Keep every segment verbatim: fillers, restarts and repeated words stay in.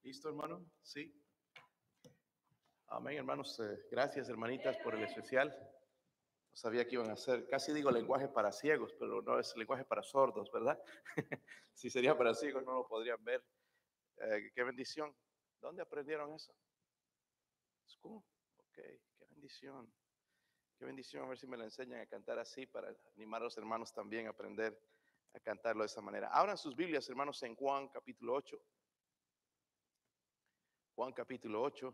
¿Listo, hermano? Sí. Amén, hermanos. Eh, gracias, hermanitas, por el especial. No sabía que iban a hacer, casi digo lenguaje para ciegos, pero no es lenguaje para sordos, ¿verdad? Si sería para ciegos no lo podrían ver. Eh, qué bendición. ¿Dónde aprendieron eso? School. Ok, qué bendición. Qué bendición, a ver si me lo enseñan a cantar así para animar a los hermanos también a aprender a cantarlo de esa manera. Abran sus Biblias, hermanos, en Juan capítulo ocho. Juan capítulo ocho.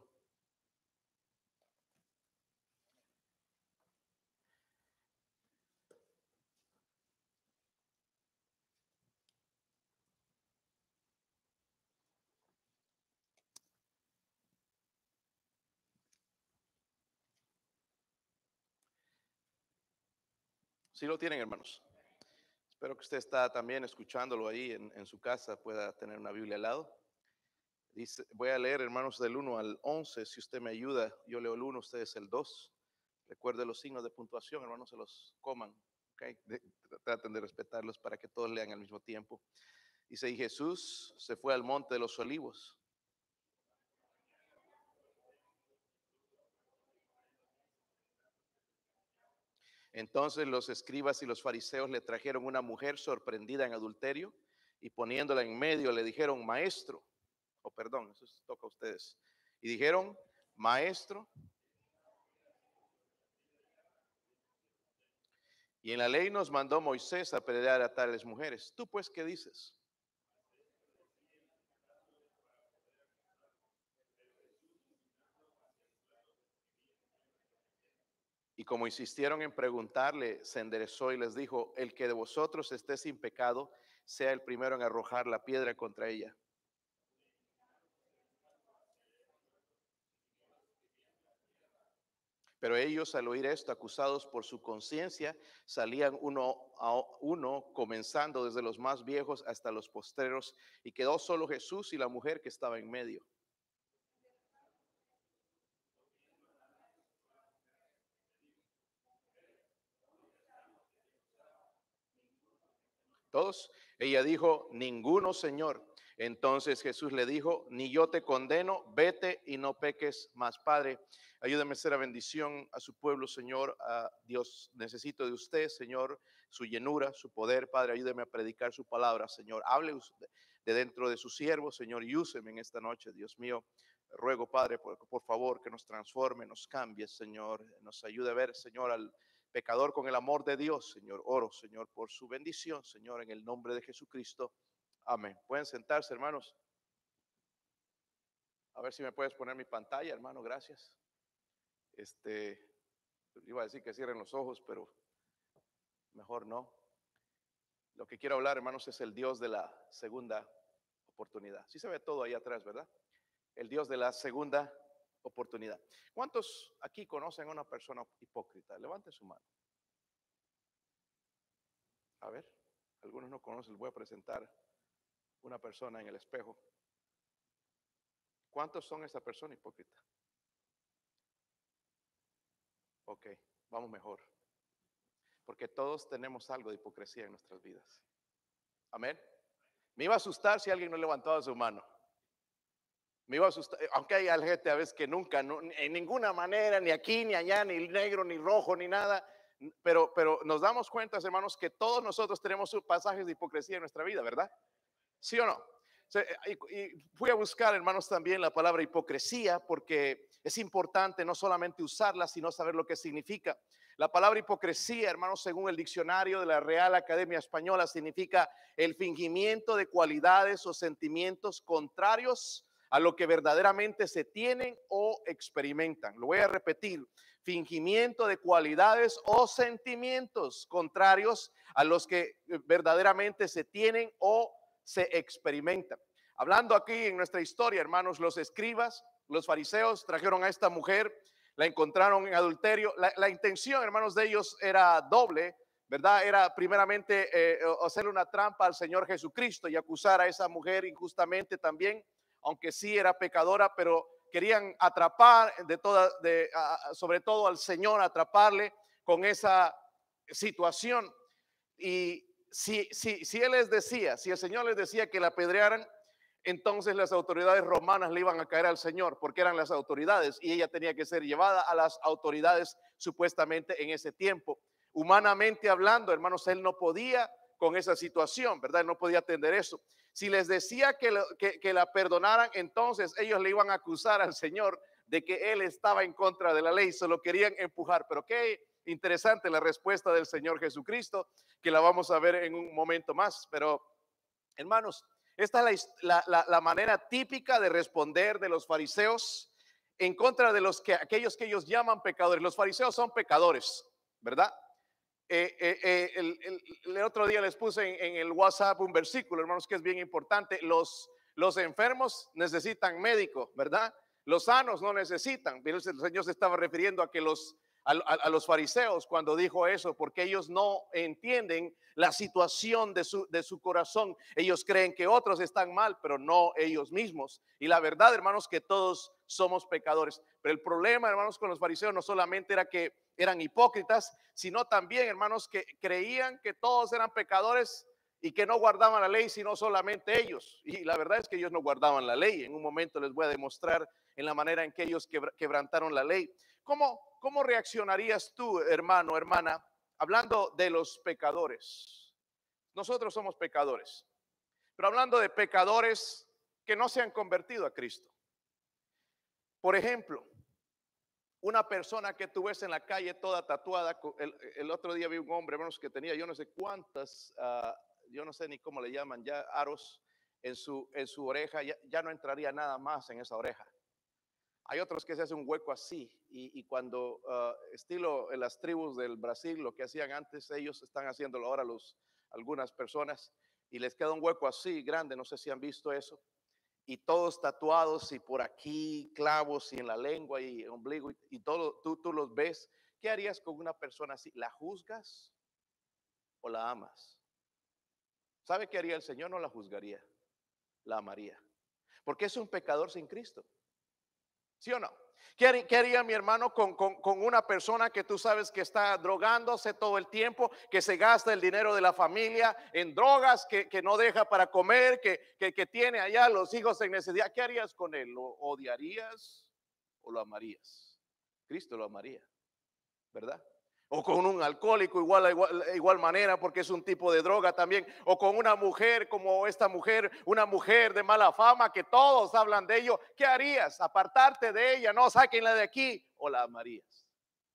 Sí lo tienen, hermanos. Espero que usted está también escuchándolo ahí en, en su casa, pueda tener una Biblia al lado. Dice, voy a leer, hermanos, del uno al once, si usted me ayuda. Yo leo el uno, ustedes el dos. Recuerde los signos de puntuación, hermanos, se los coman. Okay. De, traten de respetarlos para que todos lean al mismo tiempo. Dice, y Jesús se fue al monte de los olivos. Entonces los escribas y los fariseos le trajeron una mujer sorprendida en adulterio y poniéndola en medio le dijeron, maestro, o oh, perdón, eso toca a ustedes. Y dijeron, maestro, y en la ley nos mandó Moisés a apedrear a tales mujeres. ¿Tú pues qué dices? Y como insistieron en preguntarle, se enderezó y les dijo, el que de vosotros esté sin pecado, sea el primero en arrojar la piedra contra ella. Pero ellos, al oír esto, acusados por su conciencia, salían uno a uno, comenzando desde los más viejos hasta los postreros, y quedó solo Jesús y la mujer que estaba en medio. Todos. Ella dijo, ninguno, Señor. Entonces Jesús le dijo, ni yo te condeno, vete y no peques más. Padre, ayúdame a hacer la bendición a su pueblo, Señor. A Dios, necesito de usted, Señor, su llenura, su poder. Padre, ayúdame a predicar su palabra, Señor. Hable usted de dentro de su siervo, Señor, y úseme en esta noche, Dios mío. Ruego, Padre, por, por favor, que nos transforme, nos cambie, Señor. Nos ayude a ver, Señor, al pecador con el amor de Dios, Señor. Oro, Señor, por su bendición, Señor, en el nombre de Jesucristo. Amén. Pueden sentarse, hermanos. A ver si me puedes poner mi pantalla, hermano, gracias. Este, iba a decir que cierren los ojos, pero mejor no. Lo que quiero hablar, hermanos, es el Dios de la segunda oportunidad. Sí se ve todo ahí atrás, ¿verdad? El Dios de la segunda oportunidad. ¿Cuántos aquí conocen a una persona hipócrita? Levante su mano. A ver, algunos no conocen, les voy a presentar una persona en el espejo. ¿Cuántos son esa persona hipócrita? Ok, vamos mejor. Porque todos tenemos algo de hipocresía en nuestras vidas. Amén. Me iba a asustar si alguien no levantaba su mano. Me iba a asustar, aunque hay gente a veces que nunca, no, en ninguna manera, ni aquí, ni allá, ni negro, ni rojo, ni nada. Pero, pero nos damos cuenta, hermanos, que todos nosotros tenemos pasajes de hipocresía en nuestra vida, ¿verdad? ¿Sí o no? Y fui a buscar, hermanos, también la palabra hipocresía, porque es importante no solamente usarla, sino saber lo que significa. La palabra hipocresía, hermanos, según el diccionario de la Real Academia Española, significa el fingimiento de cualidades o sentimientos contrarios a lo que verdaderamente se tienen o experimentan. Lo voy a repetir: fingimiento de cualidades o sentimientos contrarios a los que verdaderamente se tienen o se experimentan. Hablando aquí en nuestra historia, hermanos, los escribas, los fariseos trajeron a esta mujer, la encontraron en adulterio. La, la intención, hermanos, de ellos era doble, ¿verdad? Era primeramente eh, hacerle una trampa al Señor Jesucristo y acusar a esa mujer injustamente también, aunque sí era pecadora, pero querían atrapar de toda, de, uh, sobre todo al Señor, atraparle con esa situación. Y Si, si, si él les decía, si el Señor les decía que la apedrearan, entonces las autoridades romanas le iban a caer al Señor porque eran las autoridades y ella tenía que ser llevada a las autoridades supuestamente en ese tiempo. Humanamente hablando, hermanos, él no podía con esa situación, ¿verdad? Él no podía atender eso. Si les decía que, lo, que, que la perdonaran, entonces ellos le iban a acusar al Señor de que él estaba en contra de la ley, se lo querían empujar. Pero qué interesante la respuesta del Señor Jesucristo, que la vamos a ver en un momento más. Pero, hermanos, esta es la, la, la manera típica de responder de los fariseos en contra de los que, aquellos que ellos llaman pecadores. Los fariseos son pecadores, ¿verdad? Eh, eh, eh, el, el, el otro día les puse en, en el WhatsApp un versículo, hermanos, que es bien importante. Los, los enfermos necesitan médico, ¿verdad? Los sanos no necesitan. El Señor se estaba refiriendo a que los a, a, a los fariseos cuando dijo eso, porque ellos no entienden la situación de su, de su corazón. Ellos creen que otros están mal, pero no ellos mismos. Y la verdad, hermanos, que todos somos pecadores. Pero el problema, hermanos, con los fariseos no solamente era que eran hipócritas, sino también, hermanos, que creían que todos eran pecadores y que no guardaban la ley, sino solamente ellos. Y la verdad es que ellos no guardaban la ley. En un momento les voy a demostrar en la manera en que ellos quebrantaron la ley. ¿Cómo, cómo reaccionarías tú, hermano, hermana, hablando de los pecadores? Nosotros somos pecadores, pero hablando de pecadores que no se han convertido a Cristo. Por ejemplo, una persona que tú ves en la calle toda tatuada. El, el otro día vi un hombre, hermanos, que tenía yo no sé cuántas, uh, yo no sé ni cómo le llaman ya, aros en su, en su oreja. Ya, ya no entraría nada más en esa oreja. Hay otros que se hacen un hueco así y, y cuando uh, estilo en las tribus del Brasil, lo que hacían antes, ellos están haciéndolo ahora los, algunas personas, y les queda un hueco así grande. No sé si han visto eso. Y todos tatuados y por aquí clavos y en la lengua y ombligo y, y todo, tú, tú los ves. ¿Qué harías con una persona así? ¿La juzgas o la amas? ¿Sabe qué haría el Señor? No la juzgaría, la amaría, porque es un pecador sin Cristo. ¿Sí o no? ¿Qué haría, qué haría mi hermano con, con, con una persona que tú sabes que está drogándose todo el tiempo, que se gasta el dinero de la familia en drogas, que, que no deja para comer, que, que, que tiene allá los hijos en necesidad? ¿Qué harías con él? ¿Lo odiarías o lo amarías? Cristo lo amaría, ¿verdad? O con un alcohólico igual, igual, igual manera, porque es un tipo de droga también. O con una mujer como esta mujer, una mujer de mala fama que todos hablan de ello. ¿Qué harías? ¿Apartarte de ella? No, sáquenla de aquí. ¿O la amarías?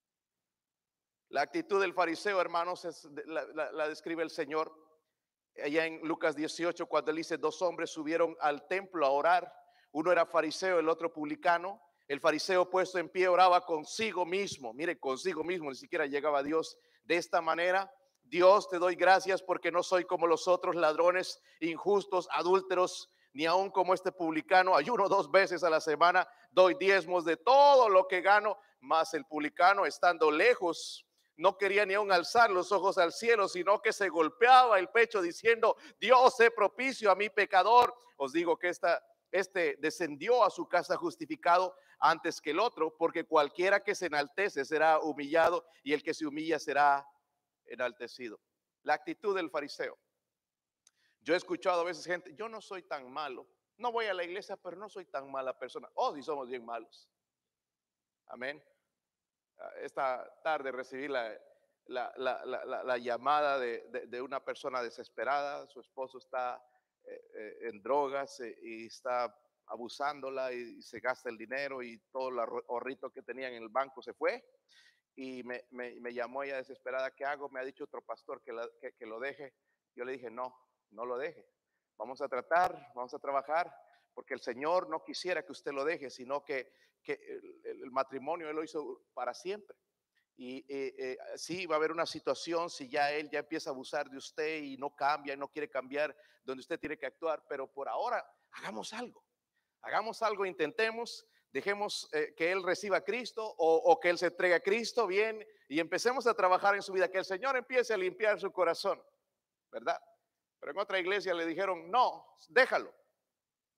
La actitud del fariseo, hermanos, es, la, la, la describe el Señor allá en Lucas dieciocho, cuando él dice: dos hombres subieron al templo a orar. Uno era fariseo, el otro publicano. El fariseo, puesto en pie, oraba consigo mismo. Mire, consigo mismo, ni siquiera llegaba a Dios. De esta manera: Dios, te doy gracias porque no soy como los otros ladrones, injustos, adúlteros, ni aun como este publicano. Ayuno dos veces a la semana, doy diezmos de todo lo que gano. Mas el publicano, estando lejos, no quería ni aun alzar los ojos al cielo, sino que se golpeaba el pecho diciendo: Dios, sé propicio a mi pecador. Os digo que esta Este descendió a su casa justificado antes que el otro, porque cualquiera que se enaltece será humillado y el que se humilla será enaltecido. La actitud del fariseo. Yo he escuchado a veces gente: yo no soy tan malo, no voy a la iglesia, pero no soy tan mala persona. Oh, sí somos bien malos. Amén. Esta tarde recibí la, la, la, la, la llamada de, de, de una persona desesperada. Su esposo está eh, en drogas eh, y está abusándola y se gasta el dinero y todo el ahorrito que tenían en el banco se fue. Y me, me, me llamó ella desesperada: ¿qué hago? Me ha dicho otro pastor que, la, que, que lo deje. Yo le dije: no, no lo deje. Vamos a tratar, vamos a trabajar, porque el Señor no quisiera que usted lo deje, sino que, que el, el matrimonio Él lo hizo para siempre. Y eh, eh, sí va a haber una situación si ya él ya empieza a abusar de usted y no cambia, y no quiere cambiar, donde usted tiene que actuar. Pero por ahora hagamos algo, hagamos algo, intentemos, dejemos eh, que él reciba a Cristo o, o que él se entregue a Cristo, bien, y empecemos a trabajar en su vida, que el Señor empiece a limpiar su corazón, ¿verdad? Pero en otra iglesia le dijeron: no, déjalo.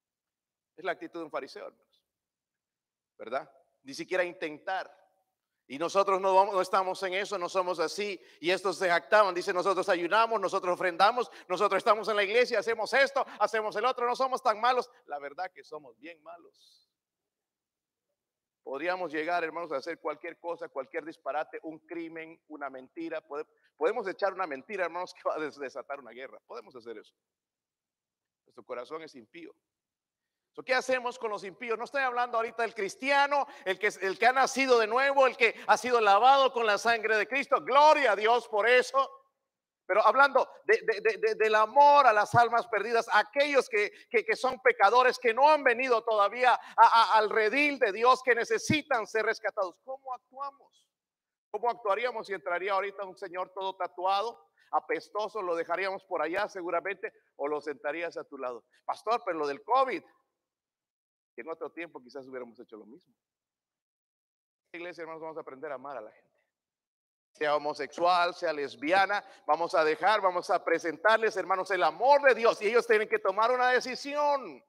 Es la actitud de un fariseo, hermanos, ¿verdad? Ni siquiera intentar. Y nosotros no, vamos, no estamos en eso, no somos así. Y estos se jactaban, dice, nosotros ayunamos, nosotros ofrendamos, nosotros estamos en la iglesia, hacemos esto, hacemos el otro, no somos tan malos. La verdad que somos bien malos. Podríamos llegar, hermanos, a hacer cualquier cosa, cualquier disparate, un crimen, una mentira. Podemos echar una mentira, hermanos, que va a desatar una guerra. Podemos hacer eso. Nuestro corazón es impío. So, ¿qué hacemos con los impíos? No estoy hablando ahorita del cristiano, el que, el que ha nacido de nuevo, el que ha sido lavado con la sangre de Cristo. Gloria a Dios por eso. Pero hablando de, de, de, de, del amor a las almas perdidas, aquellos que, que, que son pecadores, que no han venido todavía a, a, al redil de Dios, que necesitan ser rescatados. ¿Cómo actuamos? ¿Cómo actuaríamos si entraría ahorita un señor todo tatuado, apestoso? Lo dejaríamos por allá seguramente, o lo sentarías a tu lado. Pastor, pero lo del COVID, que en otro tiempo quizás hubiéramos hecho lo mismo. Iglesia, hermanos, vamos a aprender a amar a la gente. Sea homosexual, sea lesbiana, vamos a dejar, vamos a presentarles, hermanos, el amor de Dios. Y ellos tienen que tomar una decisión.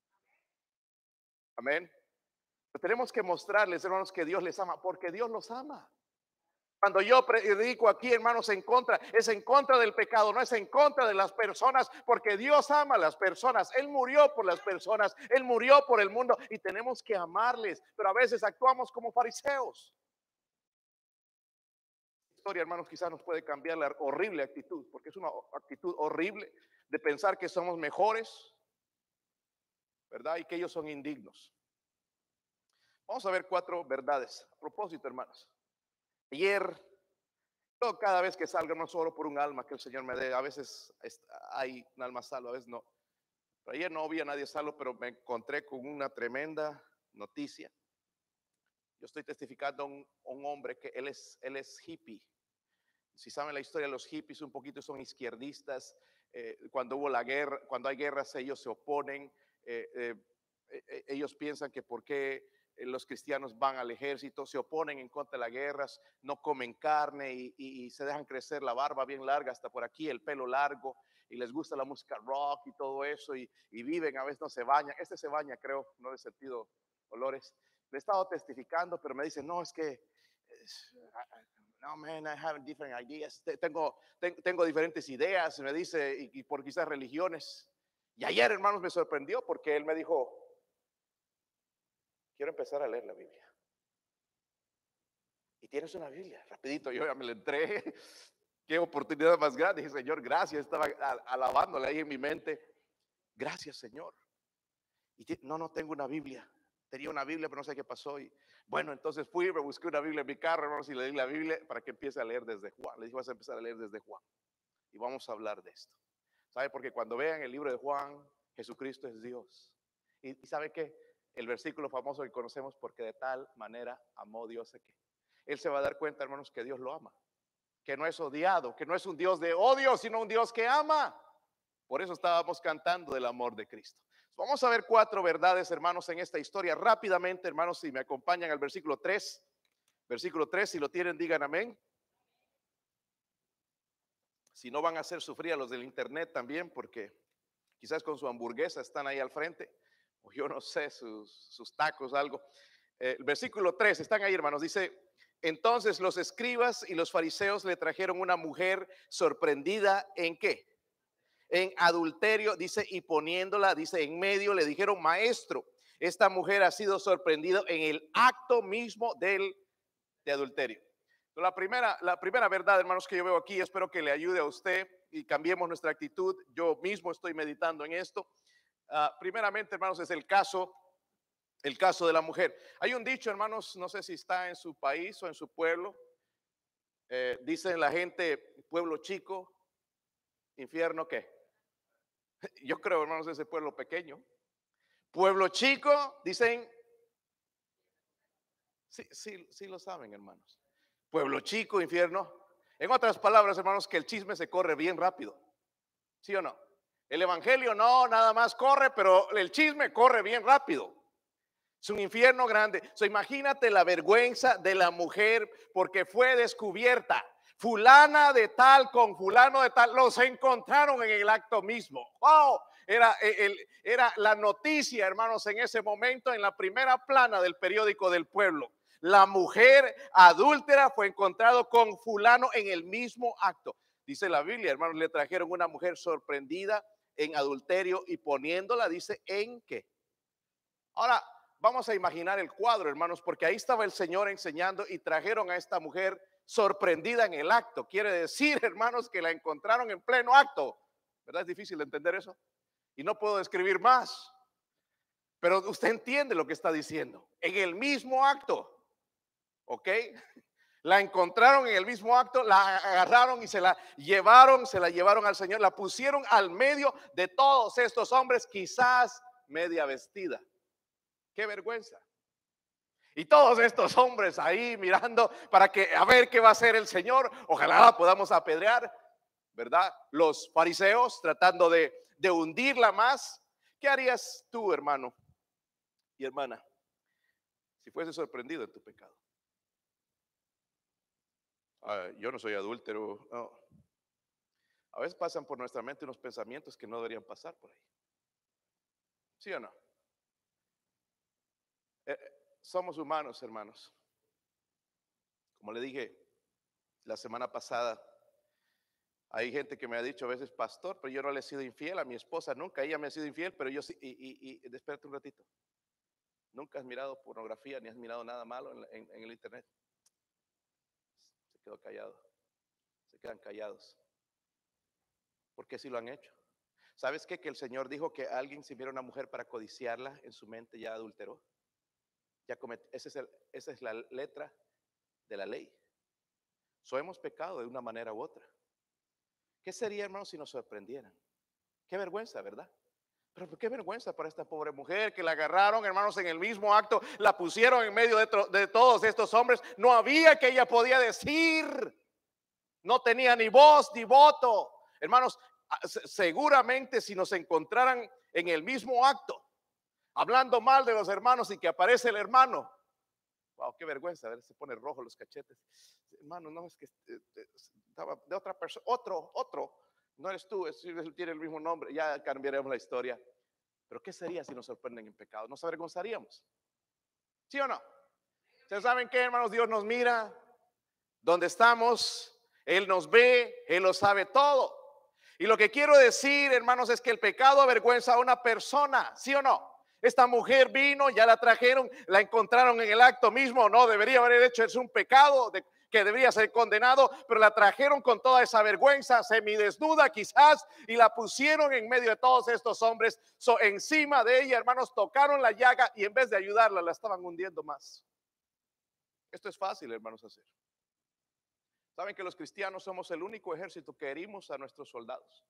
Amén. Tenemos que mostrarles, hermanos, que Dios les ama, porque Dios los ama. Cuando yo predico aquí, hermanos, en contra, es en contra del pecado, no es en contra de las personas, porque Dios ama a las personas. Él murió por las personas, Él murió por el mundo y tenemos que amarles, pero a veces actuamos como fariseos. La historia, hermanos, quizás nos puede cambiar la horrible actitud, porque es una actitud horrible de pensar que somos mejores, ¿verdad? Y que ellos son indignos. Vamos a ver cuatro verdades. A propósito, hermanos. Ayer, yo cada vez que salgo, no solo por un alma que el Señor me dé, a veces hay un alma salva, a veces no. Pero ayer no había nadie salvo, pero me encontré con una tremenda noticia. Yo estoy testificando a un, a un hombre que él es, él es hippie. Si saben la historia de los hippies, un poquito son izquierdistas. Eh, cuando hubo la guerra, cuando hay guerras, ellos se oponen. Eh, eh, eh, ellos piensan que por qué los cristianos van al ejército, se oponen en contra de las guerras, no comen carne y, y, y se dejan crecer la barba bien larga hasta por aquí, el pelo largo, y les gusta la música rock y todo eso, y, y viven, a veces no se bañan. Este se baña, creo, no he sentido olores. Le he estado testificando, pero me dicen, no, es que no, man, I have different ideas. Tengo, tengo, tengo diferentes ideas, me dice, y, y por quizás religiones. Y ayer, hermanos, me sorprendió porque él me dijo, quiero empezar a leer la Biblia. Y tienes una Biblia, rapidito, yo ya me la entré. Qué oportunidad más grande. Dije, Señor, gracias. Estaba alabándole ahí en mi mente. Gracias, Señor. Y no, no tengo una Biblia. Tenía una Biblia, pero no sé qué pasó. Y bueno, entonces fui y me busqué una Biblia en mi carro, hermanos, y le di la Biblia para que empiece a leer desde Juan. Le dije, vas a empezar a leer desde Juan. Y vamos a hablar de esto. ¿Sabe? Porque cuando vean el libro de Juan, Jesucristo es Dios. ¿Y, y sabe qué? El versículo famoso que conocemos, porque de tal manera amó Dios a que él se va a dar cuenta, hermanos, que Dios lo ama, que no es odiado, que no es un Dios de odio, sino un Dios que ama. Por eso estábamos cantando del amor de Cristo. Vamos a ver cuatro verdades, hermanos, en esta historia rápidamente, hermanos, si me acompañan al versículo tres. Versículo tres, si lo tienen, digan amén. Si no, van a hacer sufrir a los del internet también, porque quizás con su hamburguesa están ahí al frente, o yo no sé, sus, sus tacos, algo. Eh, el versículo tres, están ahí, hermanos, dice: entonces los escribas y los fariseos le trajeron una mujer sorprendida en ¿qué? En adulterio, dice, y poniéndola, dice, en medio, le dijeron: maestro, esta mujer ha sido sorprendida en el acto mismo del, de adulterio. La primera, la primera verdad, hermanos, que yo veo aquí, espero que le ayude a usted y cambiemos nuestra actitud. Yo mismo estoy meditando en esto. Uh, primeramente, hermanos, es el caso, el caso de la mujer. Hay un dicho, hermanos, no sé si está en su país o en su pueblo. Eh, dicen la gente, pueblo chico, infierno, ¿qué? Yo creo, hermanos, ese pueblo pequeño. Pueblo chico, dicen, sí, sí, sí lo saben, hermanos. Pueblo chico, infierno. En otras palabras, hermanos, que el chisme se corre bien rápido. ¿Sí o no? El evangelio no, nada más corre, pero el chisme corre bien rápido. Es un infierno grande. So, imagínate la vergüenza de la mujer porque fue descubierta. Fulana de tal con fulano de tal, los encontraron en el acto mismo. ¡Wow! Era, el, era la noticia, hermanos, en ese momento en la primera plana del periódico del pueblo. la mujer adúltera fue encontrado con fulano en el mismo acto. Dice la Biblia, hermanos, le trajeron una mujer sorprendida en adulterio y poniéndola, dice, ¿en qué? Ahora, vamos a imaginar el cuadro, hermanos, porque ahí estaba el Señor enseñando y trajeron a esta mujer sorprendida en el acto. Quiere decir, hermanos, que la encontraron en pleno acto. ¿Verdad? Es difícil entender eso. Y no puedo describir más. Pero usted entiende lo que está diciendo. En el mismo acto. ¿Ok? La encontraron en el mismo acto, la agarraron y se la llevaron, se la llevaron al Señor, la pusieron al medio de todos estos hombres, quizás media vestida. Qué vergüenza. Y todos estos hombres ahí mirando para que a ver qué va a hacer el Señor. Ojalá la podamos apedrear, ¿verdad? Los fariseos tratando de, de hundirla más. ¿Qué harías tú, hermano y hermana, si fuese sorprendido en tu pecado? Ah, yo no soy adúltero. No. A veces pasan por nuestra mente unos pensamientos que no deberían pasar por ahí. ¿Sí o no? Eh, somos humanos, hermanos. Como le dije la semana pasada, hay gente que me ha dicho a veces, pastor, pero yo no le he sido infiel a mi esposa, nunca. Ella me ha sido infiel, pero yo sí. Y, y, y espérate un ratito. Nunca has mirado pornografía ni has mirado nada malo en, en, en el internet. Se quedó callado. Se quedan callados. Porque sí lo han hecho. ¿Sabes qué? Que el Señor dijo que alguien si viera una mujer para codiciarla en su mente ya adulteró. Ya cometió. Ese es el, esa es la letra de la ley. So hemos pecado de una manera u otra. ¿Qué sería, hermanos, si nos sorprendieran? Qué vergüenza, ¿verdad? Pero qué vergüenza para esta pobre mujer que la agarraron, hermanos, en el mismo acto, la pusieron en medio de, de todos estos hombres. No había que ella podía decir. No tenía ni voz ni voto. Hermanos, seguramente si nos encontraran en el mismo acto, hablando mal de los hermanos y que aparece el hermano. Wow, qué vergüenza, a ver, se pone rojo los cachetes. Hermano, no, es que estaba de otra persona, otro, otro. No eres tú, es, tiene el mismo nombre. Ya cambiaremos la historia. Pero ¿qué sería si nos sorprenden en pecado? ¿Nos avergonzaríamos? ¿Sí o no? ¿Ustedes saben qué, hermanos? Dios nos mira donde estamos. Él nos ve, Él lo sabe todo. Y lo que quiero decir, hermanos, es que el pecado avergüenza a una persona, ¿sí o no? Esta mujer vino, ya la trajeron, la encontraron en el acto mismo, no debería haber hecho, es un pecado de, que debería ser condenado, pero la trajeron con toda esa vergüenza, semidesnuda quizás, y la pusieron en medio de todos estos hombres, so, encima de ella, hermanos, tocaron la llaga y en vez de ayudarla, la estaban hundiendo más. Esto es fácil, hermanos, hacer. Saben que los cristianos somos el único ejército que herimos a nuestros soldados.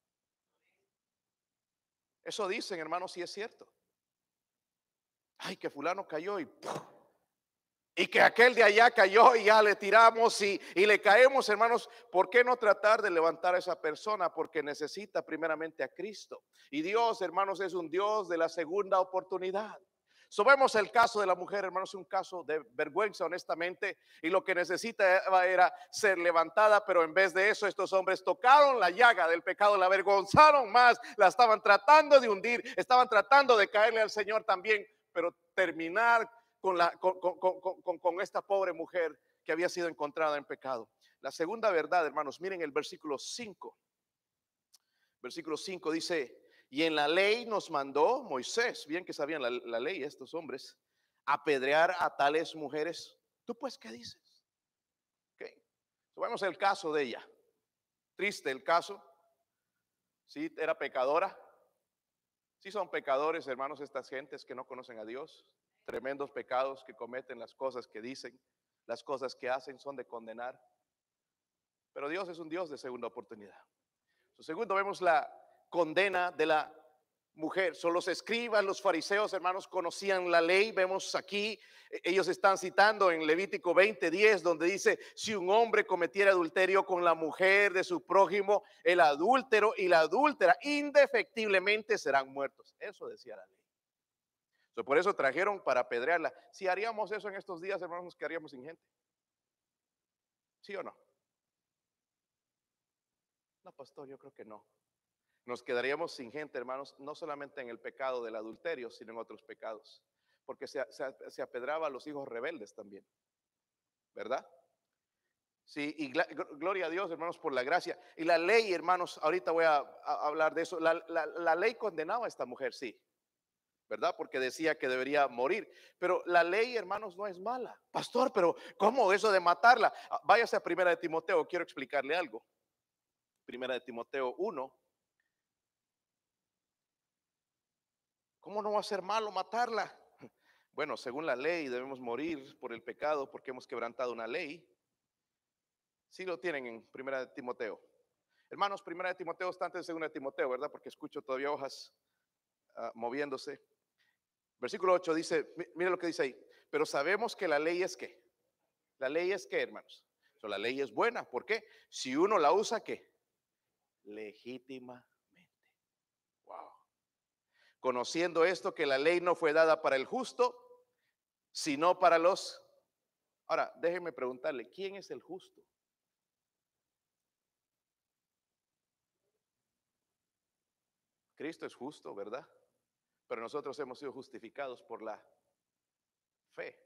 Eso dicen, hermanos, y es cierto. Ay, que fulano cayó y ¡puf! Y que aquel de allá cayó y ya le tiramos y, y le caemos, hermanos. ¿Por qué no tratar de levantar a esa persona? Porque necesita primeramente a Cristo. Y Dios, hermanos, es un Dios de la segunda oportunidad. So, vemos el caso de la mujer, hermanos, un caso de vergüenza, honestamente, y lo que necesitaba era ser levantada, pero en vez de eso, estos hombres tocaron la llaga del pecado, la avergonzaron más, la estaban tratando de hundir, estaban tratando de caerle al Señor también, pero terminar con, la, con, con, con, con, con esta pobre mujer que había sido encontrada en pecado. La segunda verdad, hermanos, miren el versículo cinco. Versículo cinco dice: y en la ley nos mandó Moisés, bien que sabían la, la ley estos hombres, apedrear a tales mujeres. ¿Tú pues qué dices? Okay. So, vemos el caso de ella. Triste el caso. Sí, era pecadora. Sí son pecadores, hermanos, estas gentes que no conocen a Dios. Tremendos pecados que cometen, las cosas que dicen, las cosas que hacen son de condenar. Pero Dios es un Dios de segunda oportunidad. So, segundo, vemos la condena de la mujer. Son los escribas, los fariseos, hermanos, conocían la ley. Vemos aquí, ellos están citando en Levítico veinte diez, donde dice: si un hombre cometiera adulterio con la mujer de su prójimo, el adúltero y la adúltera indefectiblemente serán muertos. Eso decía la ley. So, por eso trajeron para apedrearla. Si haríamos eso en estos días, hermanos, ¿qué haríamos sin gente? ¿Sí o no? No, pastor, yo creo que no. Nos quedaríamos sin gente, hermanos, no solamente en el pecado del adulterio, sino en otros pecados. Porque se, se, se apedraba a los hijos rebeldes también. ¿verdad? Sí, y gloria a Dios, hermanos, por la gracia. Y la ley, hermanos, ahorita voy a, a hablar de eso. La, la, la ley condenaba a esta mujer, sí, ¿verdad? Porque decía que debería morir. Pero la ley, hermanos, no es mala. Pastor, pero ¿cómo eso de matarla? Váyase a Primera de Timoteo, quiero explicarle algo. Primera de Timoteo uno. ¿Cómo no va a ser malo matarla? Bueno, según la ley debemos morir por el pecado porque hemos quebrantado una ley. Sí lo tienen en Primera de Timoteo. Hermanos, Primera de Timoteo está antes de Segunda de Timoteo, ¿verdad? Porque escucho todavía hojas uh, moviéndose. Versículo ocho dice, mire lo que dice ahí. Pero sabemos que la ley es ¿qué? La ley es ¿qué, hermanos? So, la ley es buena. ¿Por qué? Si uno la usa, ¿qué? Legítimamente. Wow. Conociendo esto, que la ley no fue dada para el justo, sino para los... Ahora, déjenme preguntarle, ¿quién es el justo? Cristo es justo, ¿verdad? Pero nosotros hemos sido justificados por la fe.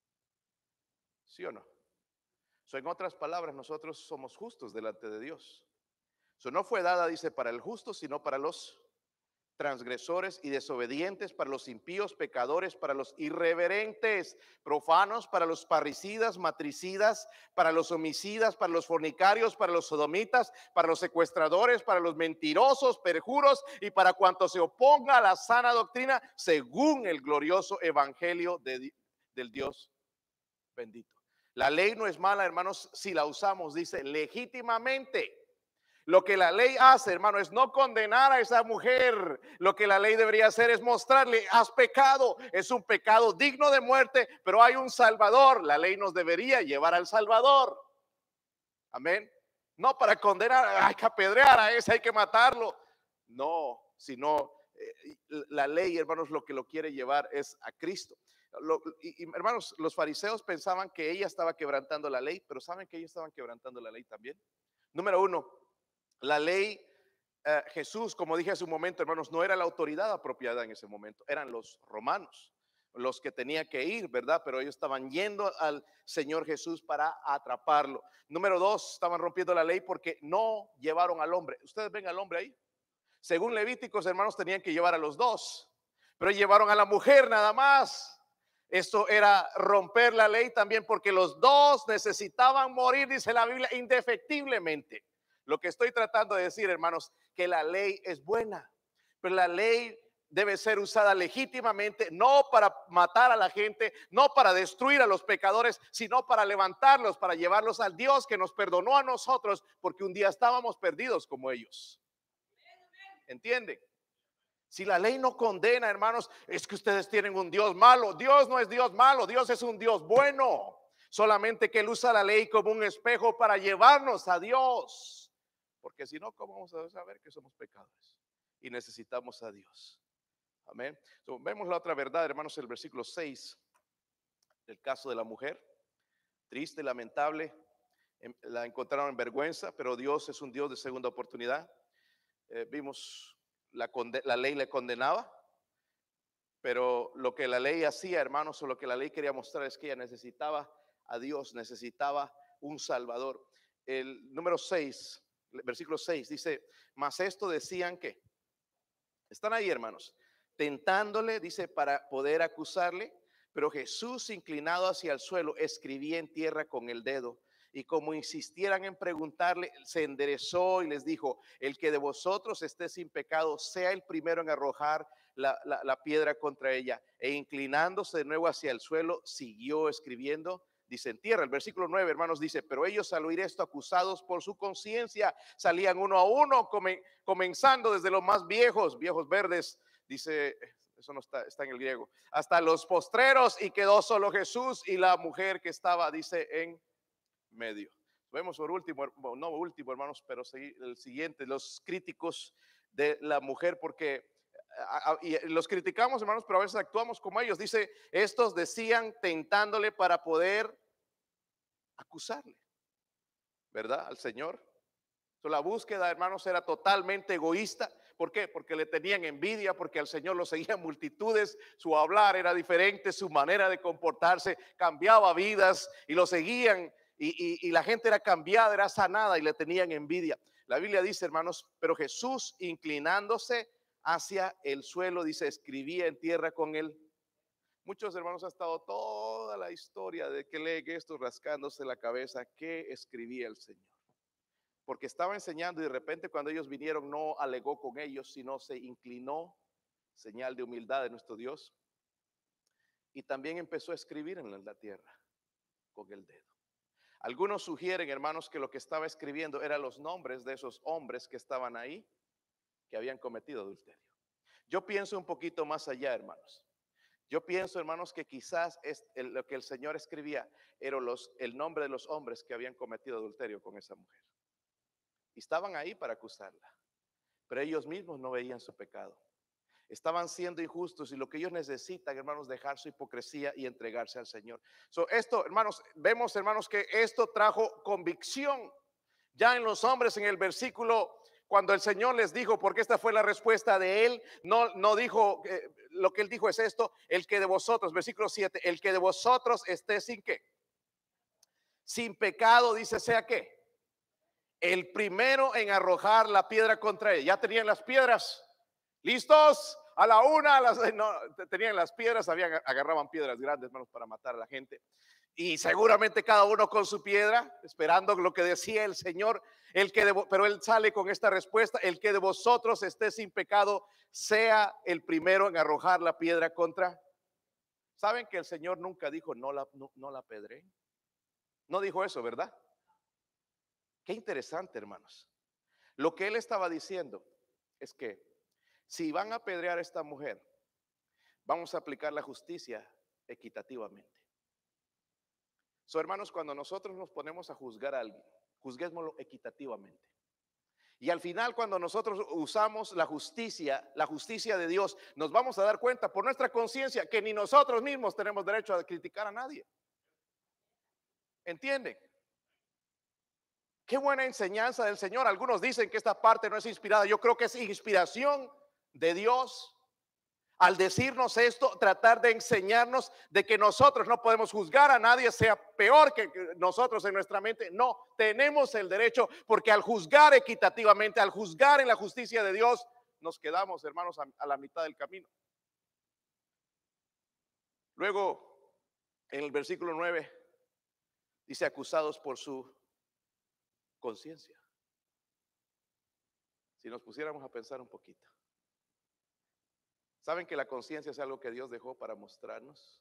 ¿Sí o no? So, en otras palabras, nosotros somos justos delante de Dios. So, no fue dada, dice, para el justo, sino para los transgresores y desobedientes, para los impíos, pecadores, para los irreverentes, profanos, para los parricidas, matricidas, para los homicidas, para los fornicarios, para los sodomitas, para los secuestradores, para los mentirosos, perjuros y para cuanto se oponga a la sana doctrina, según el glorioso evangelio de, del Dios bendito. La ley no es mala, hermanos, si la usamos, dice, legítimamente. Lo que la ley hace, hermano, es no condenar a esa mujer. Lo que la ley debería hacer es mostrarle, has pecado, es un pecado digno de muerte, pero hay un Salvador. La ley nos debería llevar al Salvador. Amén. No para condenar, hay que apedrear a ese, hay que matarlo. No, sino eh, la ley, hermanos, lo que lo quiere llevar es a Cristo. Lo, y, y hermanos, los fariseos pensaban que ella estaba quebrantando la ley, pero ¿saben que ellos estaban quebrantando la ley también? Número uno, la ley, eh, Jesús, como dije hace un momento, hermanos, no era la autoridad apropiada en ese momento, eran los romanos los que tenía que ir, ¿verdad? Pero ellos estaban yendo al Señor Jesús para atraparlo. Número dos, estaban rompiendo la ley porque no llevaron al hombre. ¿Ustedes ven al hombre ahí? Según Levíticos, hermanos, tenían que llevar a los dos, pero llevaron a la mujer nada más. Esto era romper la ley también porque los dos necesitaban morir, dice la Biblia, indefectiblemente. Lo que estoy tratando de decir, hermanos, que la ley es buena, pero la ley debe ser usada legítimamente, no para matar a la gente, no para destruir a los pecadores, sino para levantarlos, para llevarlos al Dios que nos perdonó a nosotros, porque un día estábamos perdidos como ellos. ¿Entienden? Si la ley no condena, hermanos, es que ustedes tienen un Dios malo. Dios no es Dios malo, Dios es un Dios bueno. Solamente que Él usa la ley como un espejo para llevarnos a Dios. Porque si no, ¿cómo vamos a saber que somos pecadores? Y necesitamos a Dios. Amén. So, vemos la otra verdad, hermanos, el versículo seis, el caso de la mujer, triste, lamentable, la encontraron en vergüenza, pero Dios es un Dios de segunda oportunidad. Eh, vimos la, la ley le condenaba, pero lo que la ley hacía, hermanos, o lo que la ley quería mostrar es que ella necesitaba a Dios, necesitaba un Salvador. El número seis, versículo seis dice, mas esto decían que, están ahí, hermanos, tentándole, dice, para poder acusarle, pero Jesús, inclinado hacia el suelo, escribía en tierra con el dedo. Y como insistieran en preguntarle, se enderezó y les dijo, el que de vosotros esté sin pecado, sea el primero en arrojar la, la, la piedra contra ella. E inclinándose de nuevo hacia el suelo, siguió escribiendo, dice en tierra. El versículo nueve, hermanos, dice, pero ellos al oír esto, acusados por su conciencia, salían uno a uno, comenzando desde los más viejos, viejos verdes, dice, eso no está, está en el griego, hasta los postreros, y quedó solo Jesús y la mujer que estaba, dice, en medio. Vemos por último, no último, hermanos, pero el siguiente, los críticos de la mujer, porque a, a, y los criticamos, hermanos, pero a veces actuamos como ellos. Dice, estos decían tentándole para poder acusarle, ¿verdad? Al Señor. So, la búsqueda, hermanos, era totalmente egoísta, ¿Por qué? Porque le tenían envidia, porque al Señor lo seguían multitudes, su hablar era diferente, su manera de comportarse cambiaba vidas y lo seguían y, y, y la gente era cambiada, era sanada y le tenían envidia. La Biblia dice, hermanos, pero Jesús inclinándose hacia el suelo, dice, escribía en tierra con él. Muchos hermanos han estado toda la historia de que leen esto rascándose la cabeza, ¿qué escribía el Señor? Porque estaba enseñando y de repente cuando ellos vinieron no alegó con ellos, sino se inclinó, señal de humildad de nuestro Dios, y también empezó a escribir en la tierra con el dedo. Algunos sugieren, hermanos, que lo que estaba escribiendo eran los nombres de esos hombres que estaban ahí, que habían cometido adulterio. Yo pienso un poquito más allá, hermanos. Yo pienso, hermanos, que quizás es el, lo que el Señor escribía era los, el nombre de los hombres que habían cometido adulterio con esa mujer. Y estaban ahí para acusarla, pero ellos mismos no veían su pecado. Estaban siendo injustos y lo que ellos necesitan, hermanos, dejar su hipocresía y entregarse al Señor. So, esto, hermanos, vemos, hermanos, que esto trajo convicción ya en los hombres. En el versículo, cuando el Señor les dijo, porque esta fue la respuesta de él, no, no dijo, eh, lo que él dijo es esto, el que de vosotros, versículo siete, el que de vosotros esté sin qué, sin pecado, dice, sea qué, el primero en arrojar la piedra contra él. Ya tenían las piedras, listos, a la una, a las, no, tenían las piedras, habían, agarraban piedras grandes, hermanos, para matar a la gente. Y seguramente cada uno con su piedra, esperando lo que decía el Señor. El que de, pero él sale con esta respuesta: el que de vosotros esté sin pecado, sea el primero en arrojar la piedra contra. ¿Saben que el Señor nunca dijo no la, no, no la apedreen? No dijo eso, ¿verdad? Qué interesante, hermanos. Lo que él estaba diciendo es que si van a apedrear a esta mujer, vamos a aplicar la justicia equitativamente. So, hermanos, cuando nosotros nos ponemos a juzgar a alguien, juzguémoslo equitativamente. Y al final, cuando nosotros usamos la justicia, la justicia de Dios, nos vamos a dar cuenta por nuestra conciencia que ni nosotros mismos tenemos derecho a criticar a nadie. ¿Entienden? Qué buena enseñanza del Señor. Algunos dicen que esta parte no es inspirada. Yo creo que es inspiración de Dios al decirnos esto, tratar de enseñarnos de que nosotros no podemos juzgar a nadie, sea peor que nosotros en nuestra mente. No, tenemos el derecho, porque al juzgar equitativamente, al juzgar en la justicia de Dios, nos quedamos, hermanos, a, a la mitad del camino. Luego, en el versículo nueve, dice acusados por su conciencia. Si nos pusiéramos a pensar un poquito, ¿saben que la conciencia es algo que Dios dejó para mostrarnos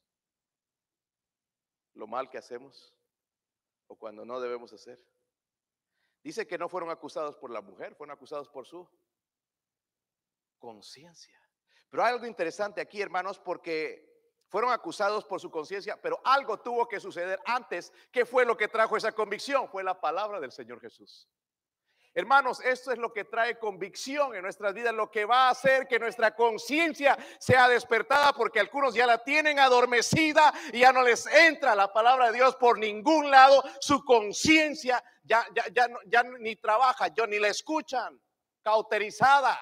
lo mal que hacemos o cuando no debemos hacer? Dice que no fueron acusados por la mujer, fueron acusados por su conciencia. Pero hay algo interesante aquí, hermanos, porque fueron acusados por su conciencia, pero algo tuvo que suceder antes. ¿Qué fue lo que trajo esa convicción? Fue la palabra del Señor Jesús. Hermanos, esto es lo que trae convicción en nuestras vidas, lo que va a hacer que nuestra conciencia sea despertada, porque algunos ya la tienen adormecida y ya no les entra la palabra de Dios por ningún lado. Su conciencia ya, ya, ya, no, ya ni trabaja, ya ni la escuchan, cauterizada.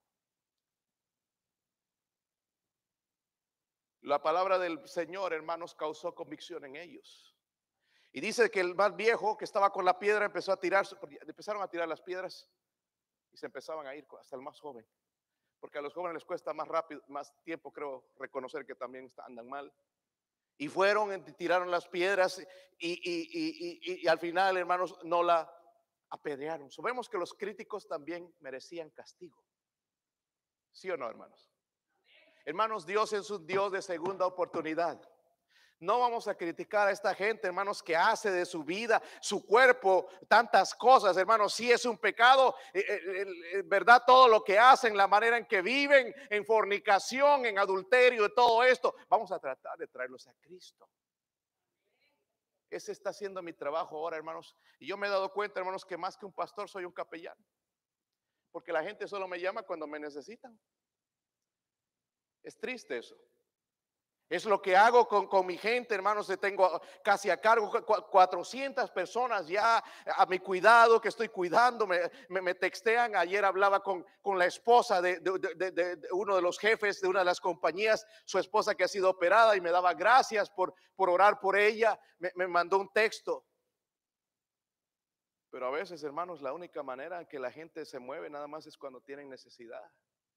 La palabra del Señor, hermanos, causó convicción en ellos. Y dice que el más viejo que estaba con la piedra empezó a tirar, empezaron a tirar las piedras y se empezaban a ir hasta el más joven, porque a los jóvenes les cuesta más rápido, más tiempo, creo, reconocer que también andan mal. Y fueron, tiraron las piedras y, y, y, y, y al final, hermanos, no la apedrearon. So, vemos que los críticos también merecían castigo. ¿Sí o no, hermanos? Hermanos, Dios es un Dios de segunda oportunidad. No vamos a criticar a esta gente, hermanos, que hace de su vida, su cuerpo, tantas cosas, hermanos. Si es un pecado, eh, eh, eh, verdad, todo lo que hacen, la manera en que viven, en fornicación, en adulterio, y todo esto, vamos a tratar de traerlos a Cristo. Ese está siendo mi trabajo ahora, hermanos. Y yo me he dado cuenta, hermanos, que más que un pastor soy un capellán, porque la gente solo me llama cuando me necesitan. Es triste eso. Es lo que hago con, con mi gente, hermanos. Tengo casi a cargo cuatrocientas personas ya a mi cuidado, que estoy cuidando. Me, me, me textean. Ayer hablaba con, con la esposa de, de, de, de, de uno de los jefes de una de las compañías, su esposa que ha sido operada, y me daba gracias por, por orar por ella. Me, me mandó un texto. Pero a veces, hermanos, la única manera en que la gente se mueve nada más es cuando tienen necesidad.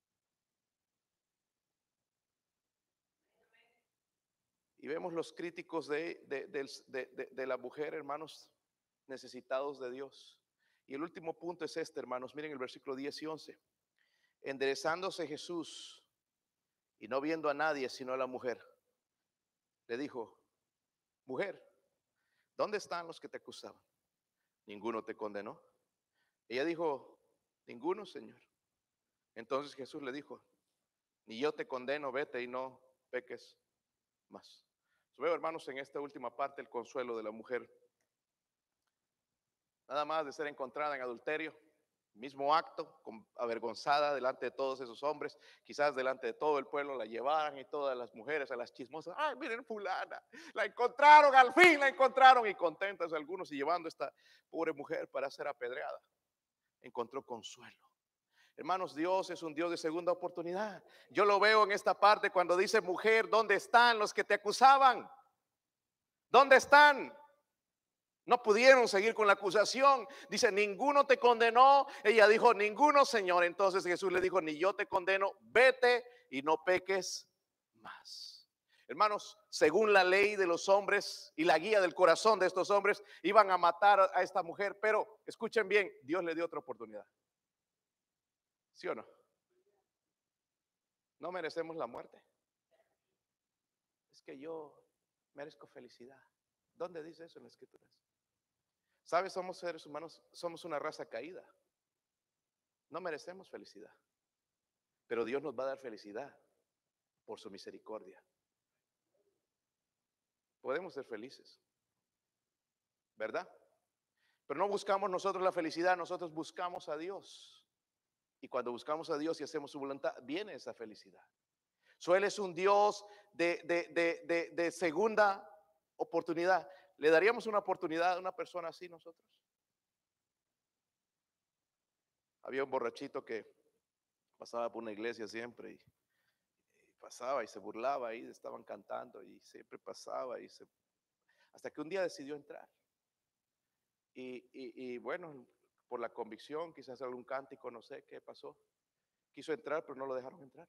Y vemos los críticos de, de, de, de, de la mujer, hermanos, necesitados de Dios. Y el último punto es este, hermanos. Miren el versículo diez y once. Enderezándose Jesús y no viendo a nadie sino a la mujer, le dijo: mujer, ¿dónde están los que te acusaban? ¿Ninguno te condenó? Ella dijo: ninguno, Señor. Entonces Jesús le dijo: ni yo te condeno, vete y no peques más. Veo, hermanos, en esta última parte el consuelo de la mujer. Nada más de ser encontrada en adulterio, mismo acto, avergonzada delante de todos esos hombres, quizás delante de todo el pueblo la llevaran, y todas las mujeres, a las chismosas: ay, miren fulana, la encontraron, al fin la encontraron, y contentas algunos, y llevando a esta pobre mujer para ser apedreada, encontró consuelo. Hermanos, Dios es un Dios de segunda oportunidad. Yo lo veo en esta parte cuando dice: mujer, ¿dónde están los que te acusaban? ¿Dónde están? No pudieron seguir con la acusación. Dice: ninguno te condenó. Ella dijo: ninguno, Señor. Entonces Jesús le dijo: ni yo te condeno, vete y no peques más. Hermanos, según la ley de los hombres y la guía del corazón de estos hombres, iban a matar a esta mujer. Pero escuchen bien, Dios le dio otra oportunidad. ¿Sí o no? No merecemos la muerte. Es que yo merezco felicidad. ¿Dónde dice eso en las Escrituras? ¿Sabes? Somos seres humanos, somos una raza caída. No merecemos felicidad. Pero Dios nos va a dar felicidad por su misericordia. Podemos ser felices, ¿verdad? Pero no buscamos nosotros la felicidad, nosotros buscamos a Dios. Y cuando buscamos a Dios y hacemos su voluntad, viene esa felicidad. So, Él es un Dios de, de, de, de, de segunda oportunidad. ¿Le daríamos una oportunidad a una persona así nosotros? Había un borrachito que pasaba por una iglesia siempre, y, y pasaba y se burlaba, y estaban cantando y siempre pasaba, y se, hasta que un día decidió entrar. Y, y, y bueno, por la convicción, quizás algún cántico, no sé qué pasó, quiso entrar, pero no lo dejaron entrar.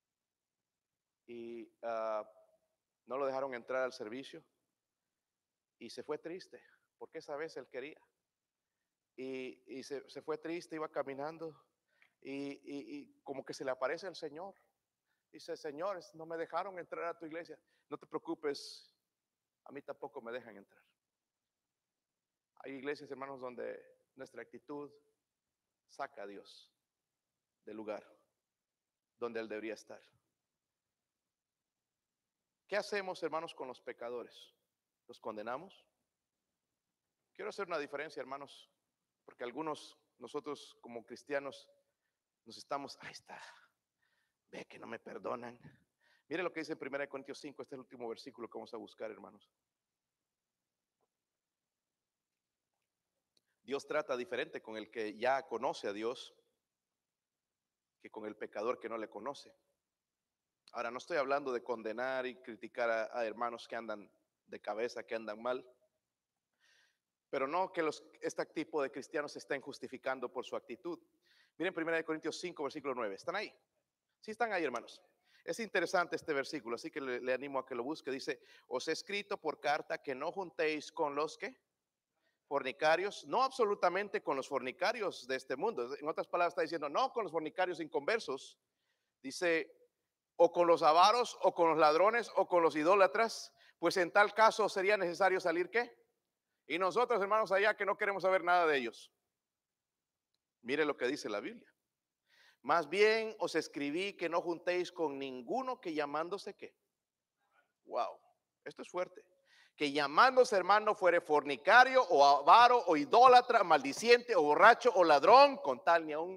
Y uh, no lo dejaron entrar al servicio, y se fue triste, porque esa vez él quería. Y, y se, se fue triste, iba caminando, y, y, y como que se le aparece el Señor. Dice: señores, no me dejaron entrar a tu iglesia. No te preocupes, a mí tampoco me dejan entrar. Hay iglesias, hermanos, donde nuestra actitud saca a Dios del lugar donde Él debería estar. ¿Qué hacemos, hermanos, con los pecadores? ¿Los condenamos? Quiero hacer una diferencia, hermanos, porque algunos, nosotros como cristianos, nos estamos: ahí está, ve que no me perdonan. Mire lo que dice en primera Corintios cinco, este es el último versículo que vamos a buscar, hermanos. Dios trata diferente con el que ya conoce a Dios que con el pecador que no le conoce. Ahora, no estoy hablando de condenar y criticar a, a hermanos que andan de cabeza, que andan mal, pero no que los, este tipo de cristianos se estén justificando por su actitud. Miren primera Corintios cinco, versículo nueve. ¿Están ahí? Sí, están ahí, hermanos. Es interesante este versículo, así que le, le animo a que lo busque. Dice: os he escrito por carta que no juntéis con los que fornicarios, no absolutamente con los fornicarios de este mundo. En otras palabras está diciendo: no con los fornicarios inconversos. Dice: o con los avaros, o con los ladrones, o con los idólatras, pues en tal caso sería necesario salir ¿qué? Y nosotros, hermanos, allá que no queremos saber nada de ellos. Mire lo que dice la Biblia: más bien os escribí que no juntéis con ninguno que llamándose ¿qué? Wow, esto es fuerte. Que llamándose hermano fuere fornicario, o avaro, o idólatra, maldiciente, o borracho, o ladrón, con tal ni aún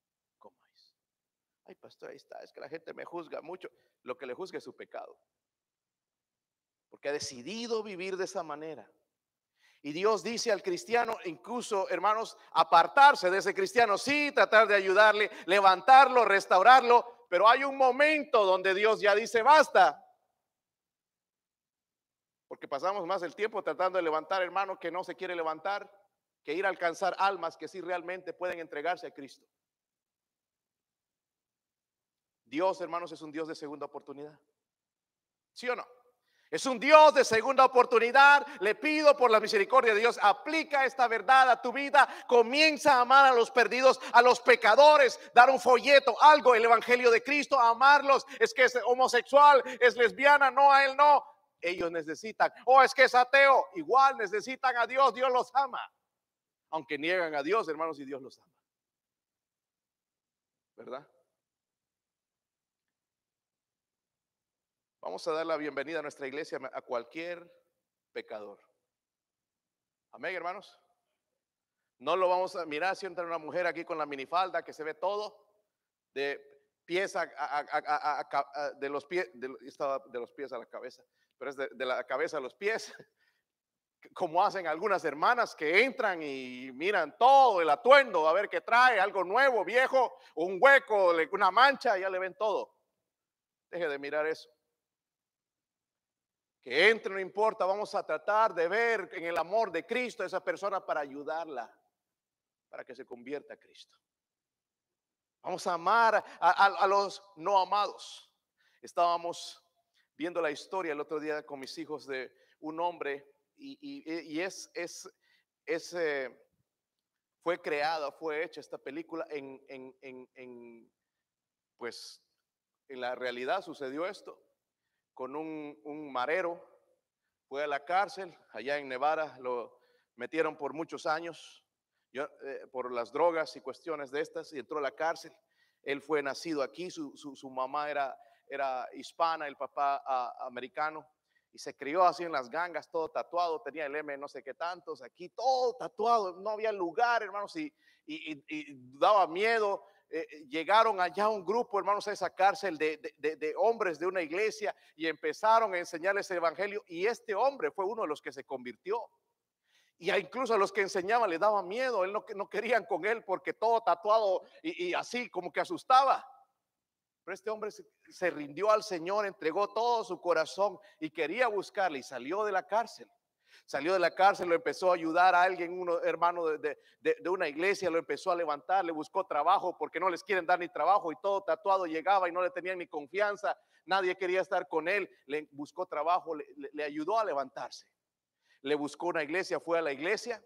comáis. Ay, pastor, ahí está, es que la gente me juzga mucho. Lo que le juzga es su pecado. que ha decidido vivir de esa manera. Y Dios dice al cristiano, incluso, hermanos, apartarse de ese cristiano, sí, tratar de ayudarle, levantarlo, restaurarlo, pero hay un momento donde Dios ya dice basta. Porque pasamos más el tiempo tratando de levantar, hermano, que no se quiere levantar, que ir a alcanzar almas que sí realmente pueden entregarse a Cristo. Dios, hermanos, es un Dios de segunda oportunidad. ¿Sí o no? Es un Dios de segunda oportunidad. Le pido por la misericordia de Dios, aplica esta verdad a tu vida. Comienza a amar a los perdidos, a los pecadores, dar un folleto, algo, el evangelio de Cristo, amarlos. Es que es homosexual, es lesbiana, no, a él no. Ellos necesitan, o es que es ateo, igual necesitan a Dios, Dios los ama. Aunque niegan a Dios, hermanos, y Dios los ama. ¿Verdad? Vamos a dar la bienvenida a nuestra iglesia a cualquier pecador. Amén, hermanos. No lo vamos a mirar si entra una mujer aquí con la minifalda que se ve todo de pies a, a, a, a, a de los pies de, de los pies a la cabeza, pero es de, de la cabeza a los pies, como hacen algunas hermanas que entran y miran todo el atuendo a ver qué trae, algo nuevo, viejo, un hueco, una mancha, ya le ven todo. Deje de mirar eso. Que entre, no importa, vamos a tratar de ver en el amor de Cristo a esa persona para ayudarla, para que se convierta a Cristo. Vamos a amar a, a, a los no amados. Estábamos viendo la historia el otro día con mis hijos de un hombre y, y, y es, es, es eh, fue creada, fue hecha esta película en, en, en, en, pues en la realidad sucedió esto con un, un marero, fue a la cárcel allá en Nevada, lo metieron por muchos años yo, eh, por las drogas y cuestiones de estas y entró a la cárcel. Él fue nacido aquí, su, su, su mamá era, era hispana, el papá uh, americano. Y se crió así en las gangas, todo tatuado, tenía el M no sé qué tantos, aquí todo tatuado, no había lugar, hermanos, y, y, y, y daba miedo. Eh, llegaron allá un grupo, hermanos, a esa cárcel de, de, de, de hombres de una iglesia y empezaron a enseñarles el evangelio y este hombre fue uno de los que se convirtió. Y incluso a los que enseñaban le daba miedo, él no, no querían con él porque todo tatuado y, y así como que asustaba. Pero este hombre se, se rindió al Señor, entregó todo su corazón y quería buscarle y salió de la cárcel. Salió de la cárcel, lo empezó a ayudar a alguien, un hermano de, de, de, de una iglesia, lo empezó a levantar, le buscó trabajo porque no les quieren dar ni trabajo y todo tatuado llegaba y no le tenían ni confianza, nadie quería estar con él, le buscó trabajo, le, le, le ayudó a levantarse. Le buscó una iglesia, fue a la iglesia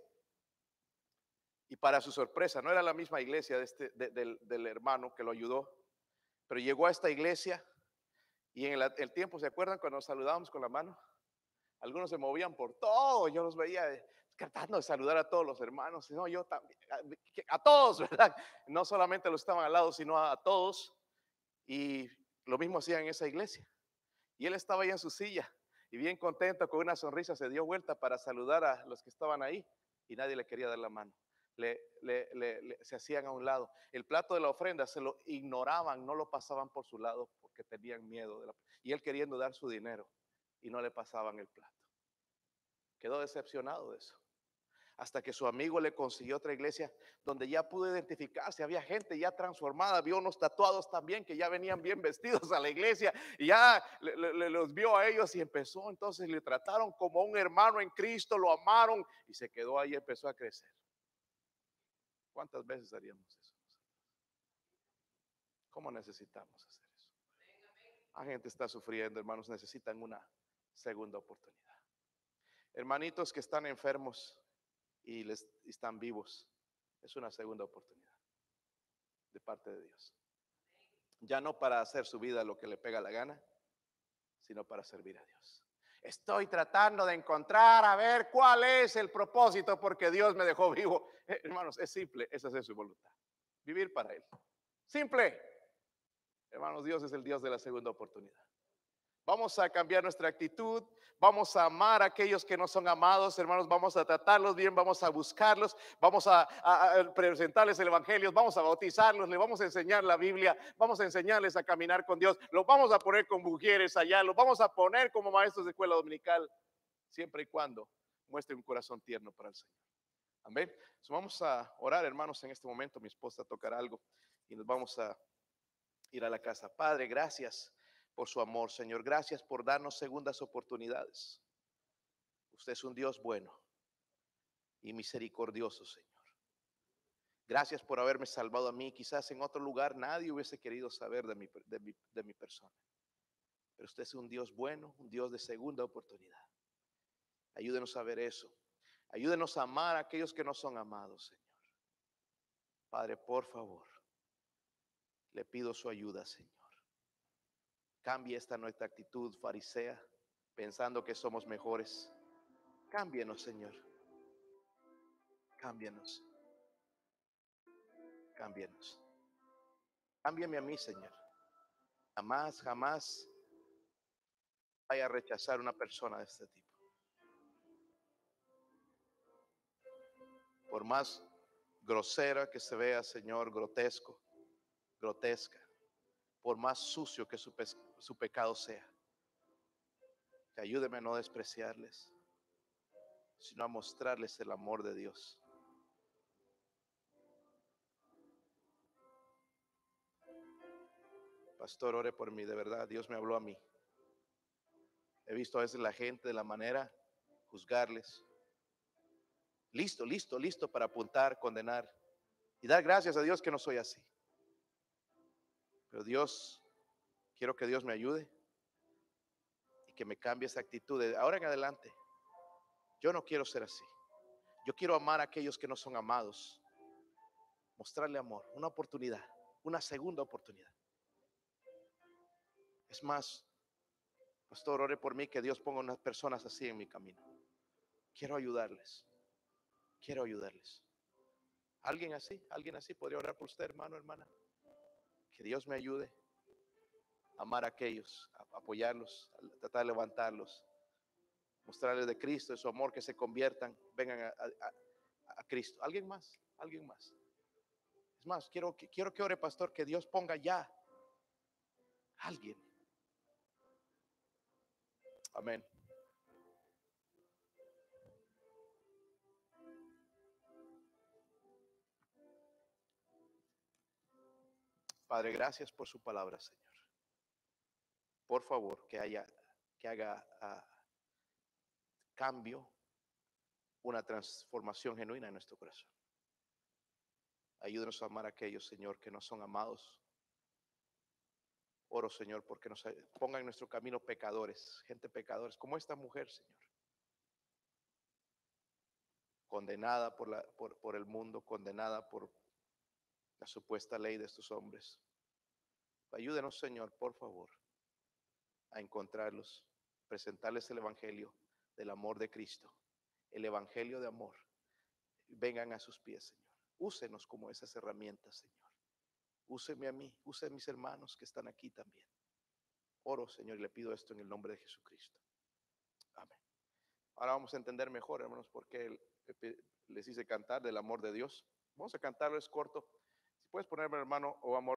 y para su sorpresa, no era la misma iglesia de este, de, del, del hermano que lo ayudó, pero llegó a esta iglesia y en el, el tiempo, ¿se acuerdan cuando nos saludábamos con la mano? Algunos se movían por todo, yo los veía tratando de saludar a todos los hermanos, no, yo también, a, a todos, ¿verdad? No solamente los que estaban al lado, sino a, a todos, y lo mismo hacían en esa iglesia. Y él estaba ahí en su silla y bien contento, con una sonrisa, se dio vuelta para saludar a los que estaban ahí y nadie le quería dar la mano. Le, le, le, le, se hacían a un lado. El plato de la ofrenda se lo ignoraban, no lo pasaban por su lado porque tenían miedo de la, y él queriendo dar su dinero y no le pasaban el plato. Quedó decepcionado de eso. Hasta que su amigo le consiguió otra iglesia donde ya pudo identificarse, había gente ya transformada, vio unos tatuados también que ya venían bien vestidos a la iglesia y ya le, le, los vio a ellos y empezó, entonces le trataron como un hermano en Cristo, lo amaron y se quedó ahí y empezó a crecer. ¿Cuántas veces haríamos eso? ¿Cómo necesitamos hacer eso? La gente está sufriendo, hermanos, necesitan una segunda oportunidad. Hermanitos que están enfermos y les están vivos, es una segunda oportunidad de parte de Dios. Ya no para hacer su vida lo que le pega la gana, sino para servir a Dios. Estoy tratando de encontrar a ver cuál es el propósito porque Dios me dejó vivo. Eh, hermanos, es simple, es hacer su voluntad. Vivir para Él. Simple. Hermanos, Dios es el Dios de la segunda oportunidad. Vamos a cambiar nuestra actitud, vamos a amar a aquellos que no son amados, hermanos, vamos a tratarlos bien, vamos a buscarlos, vamos a, a- a presentarles el Evangelio, vamos a bautizarlos, les vamos a enseñar la Biblia, vamos a enseñarles a caminar con Dios, los vamos a poner con mujeres allá, los vamos a poner como maestros de escuela dominical, siempre y cuando muestre un corazón tierno para el Señor. Amén. So, vamos a orar, hermanos, en este momento. Mi esposa tocará algo y nos vamos a ir a la casa. Padre, gracias por su amor, Señor. Gracias por darnos segundas oportunidades. Usted es un Dios bueno y misericordioso, Señor. Gracias por haberme salvado a mí. Quizás en otro lugar nadie hubiese querido saber de mi, de mi, de mi persona. Pero usted es un Dios bueno, un Dios de segunda oportunidad. Ayúdenos a ver eso. Ayúdenos a amar a aquellos que no son amados, Señor. Padre, por favor, le pido su ayuda, Señor. Cambie esta nuestra actitud farisea, pensando que somos mejores. Cámbienos, Señor. Cámbienos. Cámbienos. Cámbiame a mí, Señor. Jamás, jamás vaya a rechazar una persona de este tipo. Por más grosera que se vea, Señor, grotesco, grotesca, por más sucio que su, pe su pecado sea, que ayúdeme a no despreciarles, sino a mostrarles el amor de Dios. Pastor, ore por mí, de verdad, Dios me habló a mí. He visto a veces la gente de la manera juzgarles. Listo, listo, listo para apuntar, condenar y dar gracias a Dios que no soy así. Pero Dios, quiero que Dios me ayude y que me cambie esa actitud. De ahora en adelante, yo no quiero ser así. Yo quiero amar a aquellos que no son amados. Mostrarle amor, una oportunidad, una segunda oportunidad. Es más, pastor, ore por mí que Dios ponga unas personas así en mi camino. Quiero ayudarles. Quiero ayudarles. Alguien así, alguien así podría orar por usted, hermano, hermana. Que Dios me ayude a amar a aquellos, a apoyarlos, a tratar de levantarlos, mostrarles de Cristo, de su amor, que se conviertan, vengan a, a, a Cristo. ¿Alguien más? ¿Alguien más? Es más, quiero, quiero que ore, pastor, que Dios ponga ya a alguien. Amén. Padre, gracias por su palabra, Señor. Por favor, que haya, que haga uh, cambio, una transformación genuina en nuestro corazón. Ayúdenos a amar a aquellos, Señor, que no son amados. Oro, Señor, porque nos ponga en nuestro camino pecadores, gente pecadores, como esta mujer, Señor, condenada por, la, por, por el mundo, condenada por la supuesta ley de estos hombres. Ayúdenos, Señor, por favor, a encontrarlos, presentarles el evangelio del amor de Cristo, el evangelio de amor. Vengan a sus pies, Señor. Úsenos como esas herramientas, Señor. Úseme a mí, use a mis hermanos que están aquí también. Oro, Señor, y le pido esto en el nombre de Jesucristo. Amén. Ahora vamos a entender mejor, hermanos, por qué les hice cantar del amor de Dios. Vamos a cantarlo, es corto. Si puedes ponerme, hermano, o amor.